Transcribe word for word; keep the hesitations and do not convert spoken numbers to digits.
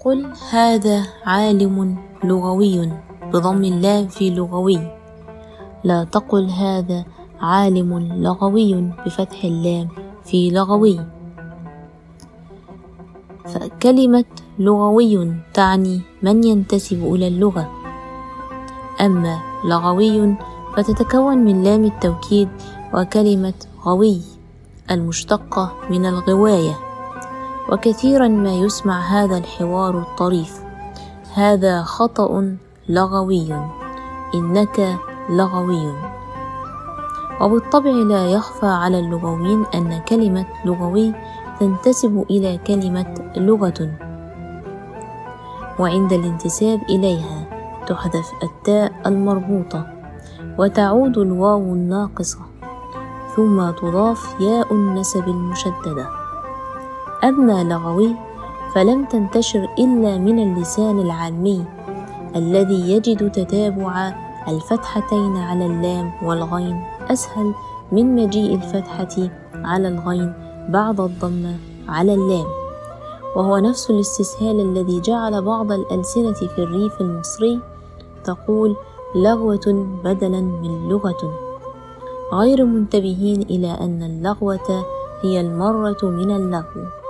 قل هذا عالم لغوي بضم اللام في لغوي، لا تقل هذا عالم لغوي بفتح اللام في لغوي. فكلمة لغوي تعني من ينتسب إلى اللغة، أما لغوي فتتكون من لام التوكيد وكلمة غوي المشتقة من الغواية. وكثيرا ما يسمع هذا الحوار الطريف: هذا خطأ لغوي، إنك لغوي. وبالطبع لا يخفى على اللغويين أن كلمة لغوي تنتسب إلى كلمة لغة، وعند الانتساب إليها تحذف التاء المربوطة وتعود الواو الناقصة، ثم تضاف ياء النسب المشددة. أما لغوي فلم تنتشر إلا من اللسان العامي الذي يجد تتابع الفتحتين على اللام والغين أسهل من مجيء الفتحة على الغين بعد الضمة على اللام، وهو نفس الاستسهال الذي جعل بعض الألسنة في الريف المصري تقول لغوة بدلا من لغة، غير منتبهين إلى أن اللغوة هي المرة من اللغو.